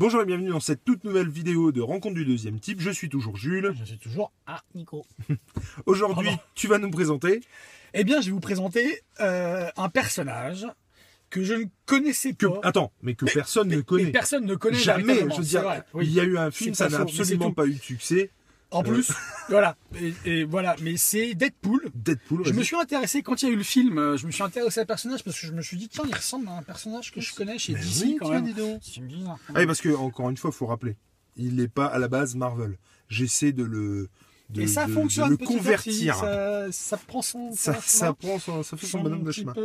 Bonjour et bienvenue dans cette toute nouvelle vidéo de Rencontre du deuxième type. Je suis toujours Jules. Je suis toujours Nico. Aujourd'hui, tu vas nous présenter... Eh bien, je vais vous présenter un personnage que je ne connaissais pas. Mais personne ne connaît. Personne ne connaît Jamais. Je veux dire, vrai, oui. il y a eu un film, ça n'a absolument pas eu de succès. En plus, voilà. Et voilà, mais c'est Deadpool. Je me suis intéressé, quand il y a eu le film, je me suis intéressé à un personnage parce que je me suis dit, tiens, il ressemble à un personnage que je connais chez DC oui, quand même. Oui, parce que, encore une fois, il faut rappeler, il n'est pas à la base Marvel. J'essaie de le... Et ça fonctionne, le convertir. Ça prend son... Ça fait son bonhomme de chemin.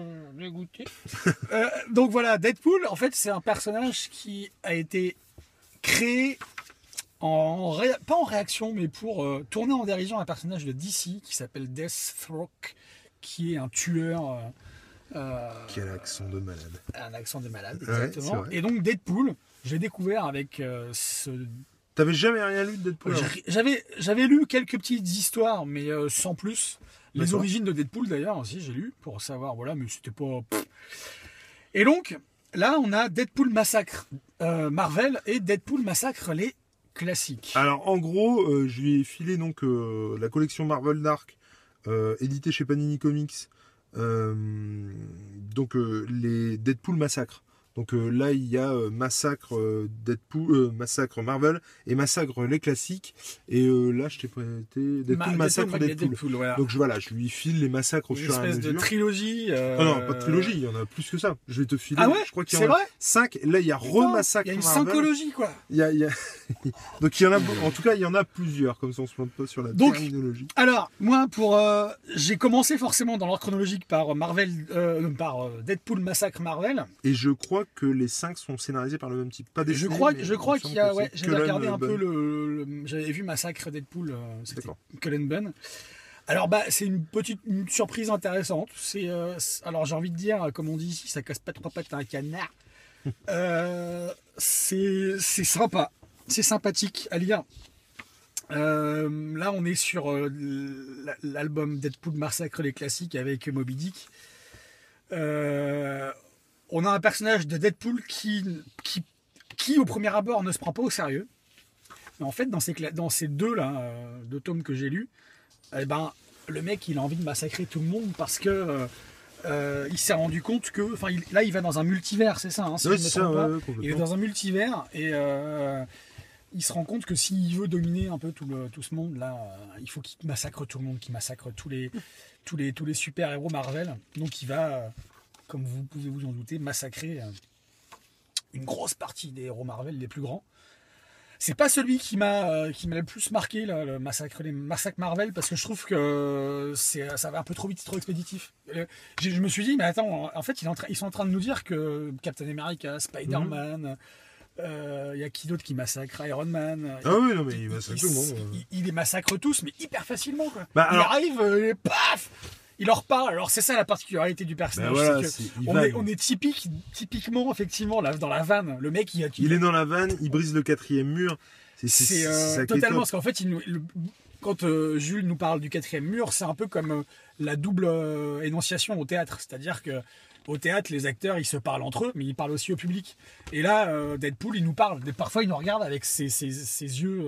Donc voilà, Deadpool, en fait, c'est un personnage qui a été créé pas en réaction, mais pour tourner en dérision un personnage de DC qui s'appelle Deathstroke, qui est un tueur. Qui a l'accent de malade. Un accent de malade, exactement. Ouais, et donc Deadpool, j'ai découvert avec ce... T'avais jamais rien lu de Deadpool? J'avais lu quelques petites histoires, mais sans plus. Les origines de Deadpool d'ailleurs aussi, j'ai lu pour savoir, voilà, mais c'était pas... Et donc, là, on a Deadpool Massacre Marvel et Deadpool Massacre les classiques. Alors, en gros, je lui ai filé donc la collection Marvel Dark, éditée chez Panini Comics, donc les Deadpool Massacre. Donc là, il y a Massacre Deadpool, Massacre Marvel et Massacre les classiques. Et là, je t'ai prêté Deadpool Massacre Deadpool. Voilà. Donc voilà, je lui file les massacres au fur et à mesure. Une espèce de trilogie. Non, pas de trilogie, il y en a plus que ça. Je vais te filer. Ah ouais, je crois qu'il y en a 5. Là, il y a Remassacre Marvel. Il y a une syncologie, quoi. Donc il y en a, en tout cas, il y en a plusieurs, comme ça on se plante pas sur la terminologie. Alors, moi, j'ai commencé forcément dans l'ordre chronologique par Deadpool Massacre Marvel. Et je crois que les 5 sont scénarisés par le même type. Pas je crois qu'il y a, j'avais regardé un peu j'avais vu Massacre Deadpool, c'était Cullen Bunn. Alors c'est une surprise intéressante. Alors j'ai envie de dire, comme on dit ici, ça casse pas trois pattes à un canard. C'est sympa, c'est sympathique à lire. Là on est sur l'album Deadpool Massacre les classiques avec Moby Dick. On a un personnage de Deadpool qui au premier abord ne se prend pas au sérieux. Mais en fait, dans ces deux tomes que j'ai lus, le mec il a envie de massacrer tout le monde parce que il s'est rendu compte que, là il va dans un multivers, c'est ça, si je me trompe pas. Il est dans un multivers et il se rend compte que s'il veut dominer un peu tout ce monde là, il faut qu'il massacre tout le monde, qu'il massacre tous les super héros Marvel. Donc il va, comme vous pouvez vous en douter, massacrer une grosse partie des héros Marvel les plus grands. C'est pas celui qui m'a le plus marqué, là, les massacres Marvel, parce que je trouve que ça va un peu trop vite, trop expéditif. Je me suis dit, mais attends, en fait, ils sont en train de nous dire que Captain America, Spider-Man, y a qui d'autre qui massacre Iron Man. Ah oui, non, mais il massacre tout le monde. Il les massacre tous, mais hyper facilement, quoi. Il arrive, et paf, il leur parle. Alors c'est ça la particularité du personnage. On est typiquement, effectivement, là, dans la vanne. Le mec, il est dans la vanne, il brise le 4e mur. C'est totalement, parce qu'en fait, quand Jules nous parle du 4e mur, c'est un peu comme la double énonciation au théâtre. C'est-à-dire que au théâtre, les acteurs, ils se parlent entre eux, mais ils parlent aussi au public. Et là, Deadpool, il nous parle. Parfois, il nous regarde avec ses yeux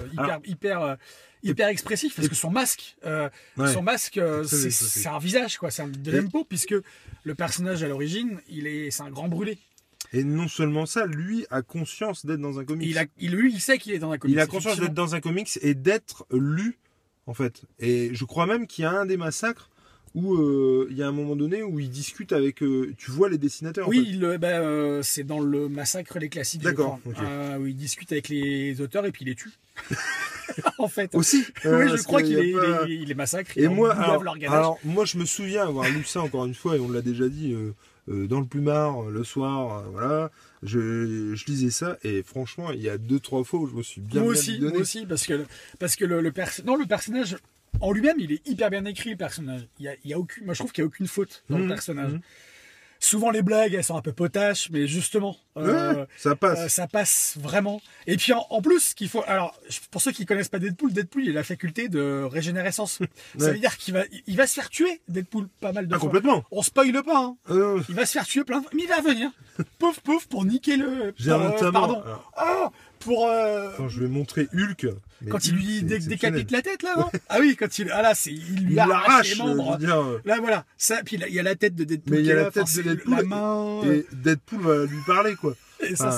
hyper expressif, parce que son masque, c'est un visage, quoi. C'est de l'impôt, puisque le personnage à l'origine, c'est un grand brûlé. Et non seulement ça, lui a conscience d'être dans un comics. Lui, il sait qu'il est dans un comics. Il a conscience d'être dans un comics et d'être lu, en fait. Et je crois même qu'il y a un des massacres où il y a un moment donné où il discute avec... tu vois les dessinateurs, oui, en fait. C'est dans le Massacre les classiques. D'accord. Où il discute avec les auteurs et puis il les tue. En fait. Aussi. Oui, je crois qu'il les massacre. Et moi, moi, je me souviens avoir lu ça encore une fois, et on l'a déjà dit, dans le plumard, le soir, voilà. Je lisais ça, et franchement, il y a 2-3 fois où je me suis bien donné. Moi aussi, parce que le personnage... En lui-même, il est hyper bien écrit, le personnage. Moi, je trouve qu'il n'y a aucune faute dans le personnage. Souvent, les blagues, elles sont un peu potaches, mais justement, ça passe. Ça passe vraiment. Et puis, en plus, alors, pour ceux qui ne connaissent pas Deadpool, il a la faculté de régénérescence. Ça veut dire qu'il va se faire tuer, Deadpool, pas mal de fois. Complètement. On spoile pas, hein. Il va se faire tuer plein de fois, mais il va revenir. pouf, pour niquer le... J'ai notamment... pardon. Pour... Attends, je vais montrer Hulk. Quand il lui décapite la tête, là, non? Ah oui, quand il... Ah là, il lui arrache les membres. Là, voilà. Ça, puis il y a la tête de Deadpool. Mais il y a la tête de Deadpool. La main... Et Deadpool va lui parler, quoi. Et ça,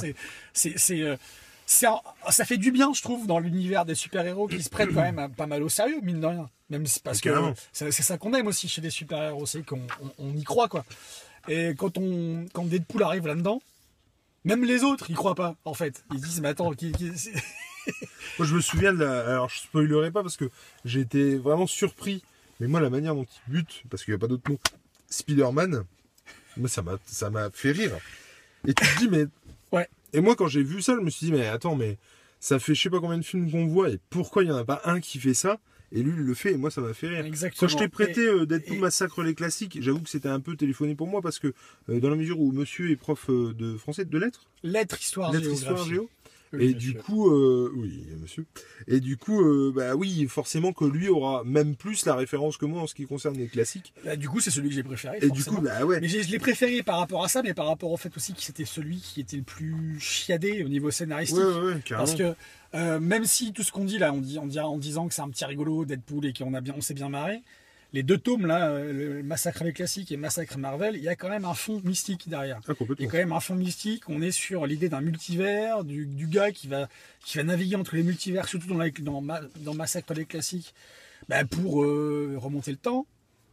ça fait du bien, je trouve, dans l'univers des super-héros qui se prennent quand même pas mal au sérieux, mine de rien. Même parce que c'est ça qu'on aime aussi chez les super-héros, c'est qu'on y croit, quoi. Et quand Deadpool arrive là-dedans, même les autres, ils croient pas, en fait. Ils disent, mais attends, Moi, je me souviens alors, je spoilerai pas parce que j'ai été vraiment surpris. Mais moi, la manière dont il bute, parce qu'il n'y a pas d'autre mot, Spider-Man, moi, ça m'a fait rire. Et tu te dis, mais... Ouais. Et moi, quand j'ai vu ça, je me suis dit, mais attends, mais ça fait je sais pas combien de films qu'on voit, et pourquoi il n'y en a pas un qui fait ça? Et lui, il le fait, et moi, ça m'a fait rire. Exactement. Quand je t'ai prêté Deadpool Massacre les classiques, j'avoue que c'était un peu téléphoné pour moi, parce que dans la mesure où monsieur est prof de français, de lettres, Histoire, géo. Et du coup, oui, monsieur. Et du coup, bah oui, forcément que lui aura même plus la référence que moi en ce qui concerne les classiques. Bah, du coup, c'est celui que j'ai préféré. Et du coup, bah ouais. Mais je l'ai préféré par rapport à ça, mais par rapport au fait aussi que c'était celui qui était le plus chiadé au niveau scénaristique. Ouais, carrément. Parce que même si tout ce qu'on dit là, en disant que c'est un petit rigolo Deadpool et on s'est bien marré, les deux tomes là, le Massacre des classiques et Massacre Marvel, il y a quand même un fond mystique derrière. Il y a quand même un fond mystique. On est sur l'idée d'un multivers, du gars qui va naviguer entre les multivers, surtout dans Massacre des classiques, bah, pour remonter le temps.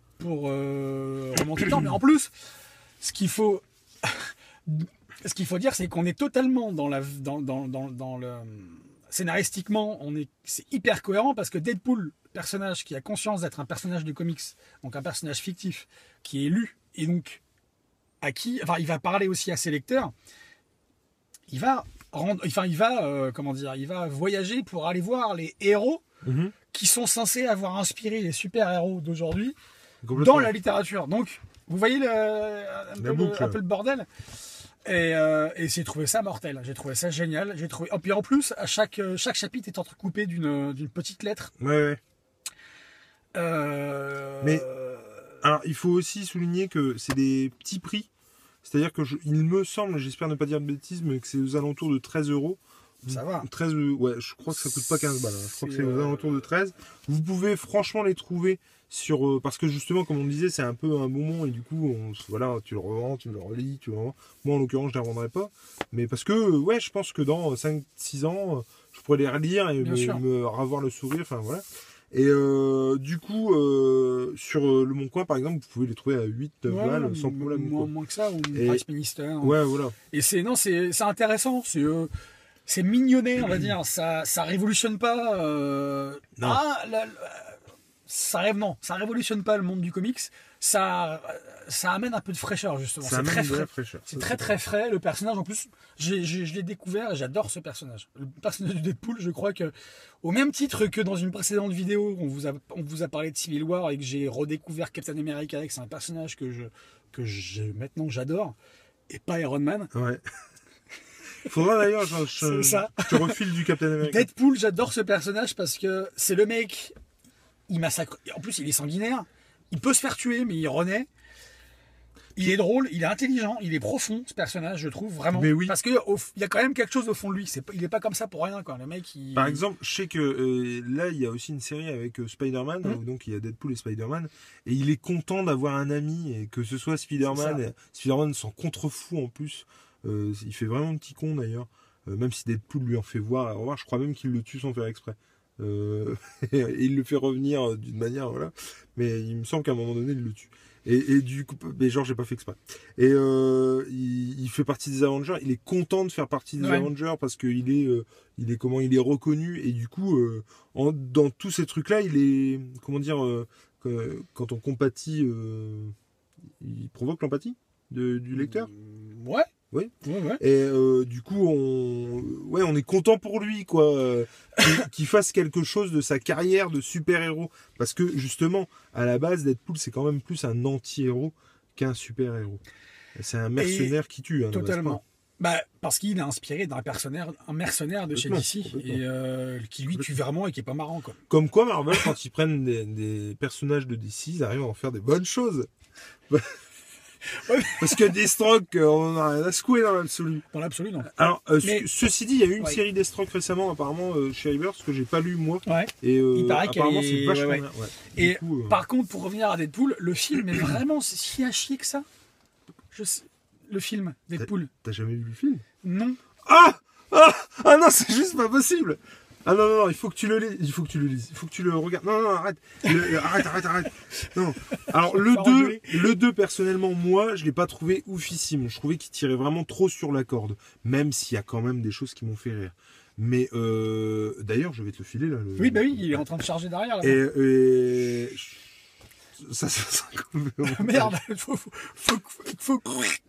Mais en plus, ce qu'il faut dire, c'est qu'on est totalement dans le scénaristiquement, c'est hyper cohérent parce que Deadpool, personnage qui a conscience d'être un personnage de comics, donc un personnage fictif, qui est lu, et donc il va parler aussi à ses lecteurs, il va voyager pour aller voir les héros qui sont censés avoir inspiré les super-héros d'aujourd'hui dans la littérature. Donc, vous voyez un peu le bordel. Et j'ai trouvé ça mortel, j'ai trouvé ça génial. Et puis en plus, à chaque chapitre est entrecoupé d'une petite lettre. Ouais. Mais alors, il faut aussi souligner que c'est des petits prix. C'est-à-dire que il me semble, j'espère ne pas dire de bêtises, mais que c'est aux alentours de 13 €. Ça va. 13, ouais, je crois que ça coûte pas 15 balles. Je crois que c'est aux alentours de 13. Vous pouvez franchement les trouver parce que justement, comme on disait, c'est un peu un bonbon et du coup, voilà, tu le revends, tu le relis, tu le revends. Moi, en l'occurrence, je ne les revendrai pas. Mais parce que, ouais, je pense que dans 5-6 ans, je pourrais les relire et me revoir le sourire. Enfin, voilà. Et du coup, sur le Bon Coin, par exemple, vous pouvez les trouver à 8-9 balles sans problème. Moins que ça, ou Price Minister. Ouais, voilà. Et c'est intéressant. C'est mignonné, on va dire. Ça révolutionne pas. Non. Ça révolutionne pas le monde du comics. Ça amène un peu de fraîcheur, justement. C'est très frais. C'est très très frais. Le personnage, en plus, je l'ai découvert et j'adore ce personnage. Le personnage de Deadpool, je crois que, au même titre que dans une précédente vidéo, on vous a parlé de Civil War et que j'ai redécouvert Captain America avec, c'est un personnage que maintenant j'adore, et pas Iron Man. Ouais. Faudra d'ailleurs, je te refile du Captain America. Deadpool, j'adore ce personnage parce que c'est le mec, il massacre. En plus, il est sanguinaire. Il peut se faire tuer, mais il renaît. Il est drôle, il est intelligent, il est profond, ce personnage, je trouve, vraiment. Mais oui. Parce qu'il y a quand même quelque chose au fond de lui. Il n'est pas comme ça pour rien, quoi. Le mec, Par exemple, je sais que là, il y a aussi une série avec Spider-Man, où donc il y a Deadpool et Spider-Man, et il est content d'avoir un ami, et que ce soit Spider-Man. Spider-Man s'en contrefou en plus. Il fait vraiment un petit con d'ailleurs. Même si Deadpool lui en fait voir, je crois même qu'il le tue sans faire exprès. Et il le fait revenir d'une manière, voilà. Mais il me semble qu'à un moment donné, il le tue. Et du coup, mais genre, j'ai pas fait exprès. Et il fait partie des Avengers. Il est content de faire partie des Avengers parce qu'il est reconnu. Et du coup, dans tous ces trucs-là, il est, comment dire, quand on compatit, il provoque l'empathie du lecteur. Ouais. Oui. Ouais. Et du coup, on est content pour lui, quoi, qu'il fasse quelque chose de sa carrière de super-héros, parce que justement, à la base, Deadpool, c'est quand même plus un anti-héros qu'un super-héros. C'est un mercenaire qui tue. Hein, totalement. Parce qu'il est inspiré d'un mercenaire de chez DC et qui lui tue vraiment et qui est pas marrant, quoi. Comme quoi, Marvel, quand ils prennent des personnages de DC, ils arrivent à en faire des bonnes choses. Ouais. Parce que Deathstroke, on en a rien à secouer dans l'absolu. Dans l'absolu, non. Alors, Mais- ceci dit, il y a eu une Ouais. série Deathstroke récemment, apparemment, chez Rebirth, que j'ai pas lu moi. Ouais. Et Il paraît qu'elle apparemment, est- c'est vachement ouais, ouais. bien. Ouais. Et Du coup, par contre, pour revenir à Deadpool, le film est vraiment si à chier que ça. Je sais. Le film, Deadpool. T'as jamais vu le film? Non. Ah, ah non, c'est juste pas possible. Ah non, non, non, il faut que tu le lises. Il faut que tu le lises. Il faut que tu le regardes. Non, non, arrête. Arrête. Non. Alors, le 2, personnellement, moi, je l'ai pas trouvé oufissime. Je trouvais qu'il tirait vraiment trop sur la corde. Même s'il y a quand même des choses qui m'ont fait rire. Mais, d'ailleurs, je vais te le filer, là. Oui, bah oui, il est en train de charger derrière, là. Et ça Merde, faut...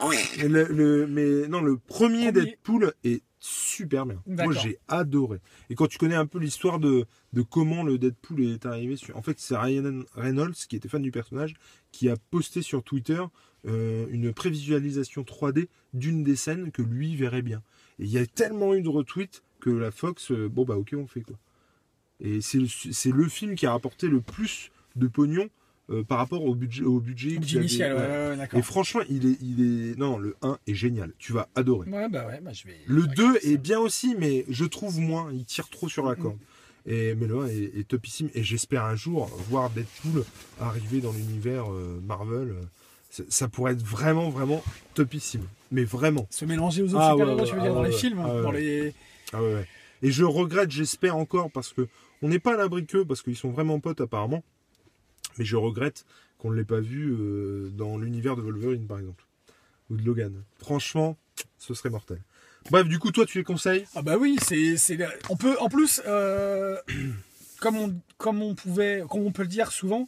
mais non, le premier Premier. Deadpool est super bien. Moi, D'accord. j'ai adoré. Et quand tu connais un peu l'histoire de comment le Deadpool est arrivé sur... En fait, c'est Ryan Reynolds, qui était fan du personnage, qui a posté sur Twitter une prévisualisation 3D d'une des scènes que lui verrait bien. Et il y a tellement eu de retweets que la Fox, bon bah ok, on fait quoi. Et c'est le film qui a rapporté le plus de pognon par rapport au budget Budget qu'il avait. initial, Ouais. ouais, Et d'accord. franchement, il est... Non, le 1 est génial. Tu vas adorer. Ouais, bah je vais... Le regarder 2 ça. est bien aussi, mais je trouve moins. Il tire trop sur la corde. Mais le 1 est topissime. Et j'espère un jour voir Deadpool arriver dans l'univers Marvel. Ça pourrait être vraiment, vraiment topissime. Mais vraiment. Se mélanger aux autres Ah, super-héros, ouais, tu veux ouais, dire, ah, dans les ouais, films, ah, ouais. dans les... Ah ouais, ouais. Et je regrette, j'espère encore, parce que on n'est pas à l'abri qu'eux, parce qu'ils sont vraiment potes apparemment. Mais je regrette qu'on ne l'ait pas vu dans l'univers de Wolverine, par exemple. Ou de Logan. Franchement, ce serait mortel. Bref, du coup, toi, tu les conseilles? Ah bah oui, on peut, en plus, comme on peut le dire souvent,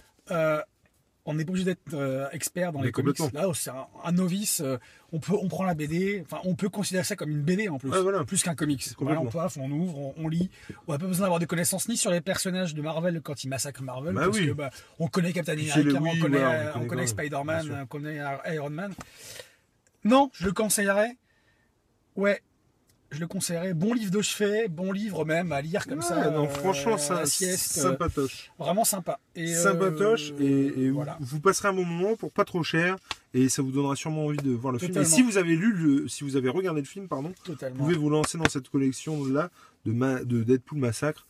on n'est pas obligé d'être expert dans Mais les comics. complètement. Là, c'est un novice. On prend la BD. Enfin, on peut considérer ça comme une BD en plus, Ouais, voilà. plus qu'un comics. Voilà, Complètement. on paf, on ouvre, on lit. On n'a pas besoin d'avoir des connaissances ni sur les personnages de Marvel quand ils massacrent Marvel, Bah parce oui. que on connaît Captain Puis c'est America, le- oui, on connaît, voilà, on on connaît connaît bien Spider-Man, sûr. on connaît Iron Man. Non, je le conseillerais. Ouais. Je le conseillerais. Bon livre de chevet, bon livre même à lire comme Ouais, ça. non, franchement, à la sieste. sympatoche. Vraiment sympa. Et, Sympatoche. Et voilà. vous passerez un bon moment pour pas trop cher. Et ça vous donnera sûrement envie de voir le film. Et Totalement. si vous avez si vous avez regardé le film, pardon, vous Totalement. pouvez vous lancer dans cette collection-là de Deadpool Massacre.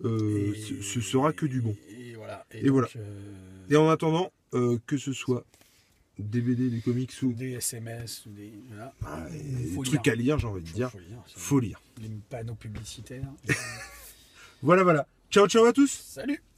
Ce sera que du bon. Et voilà. Et voilà. Et en attendant, que ce soit DVD, des comics ou des SMS, voilà. des Faut trucs lire. à lire, j'ai envie de dire, C'est faut lire. Les panneaux publicitaires. Voilà, voilà. Ciao, ciao à tous! Salut!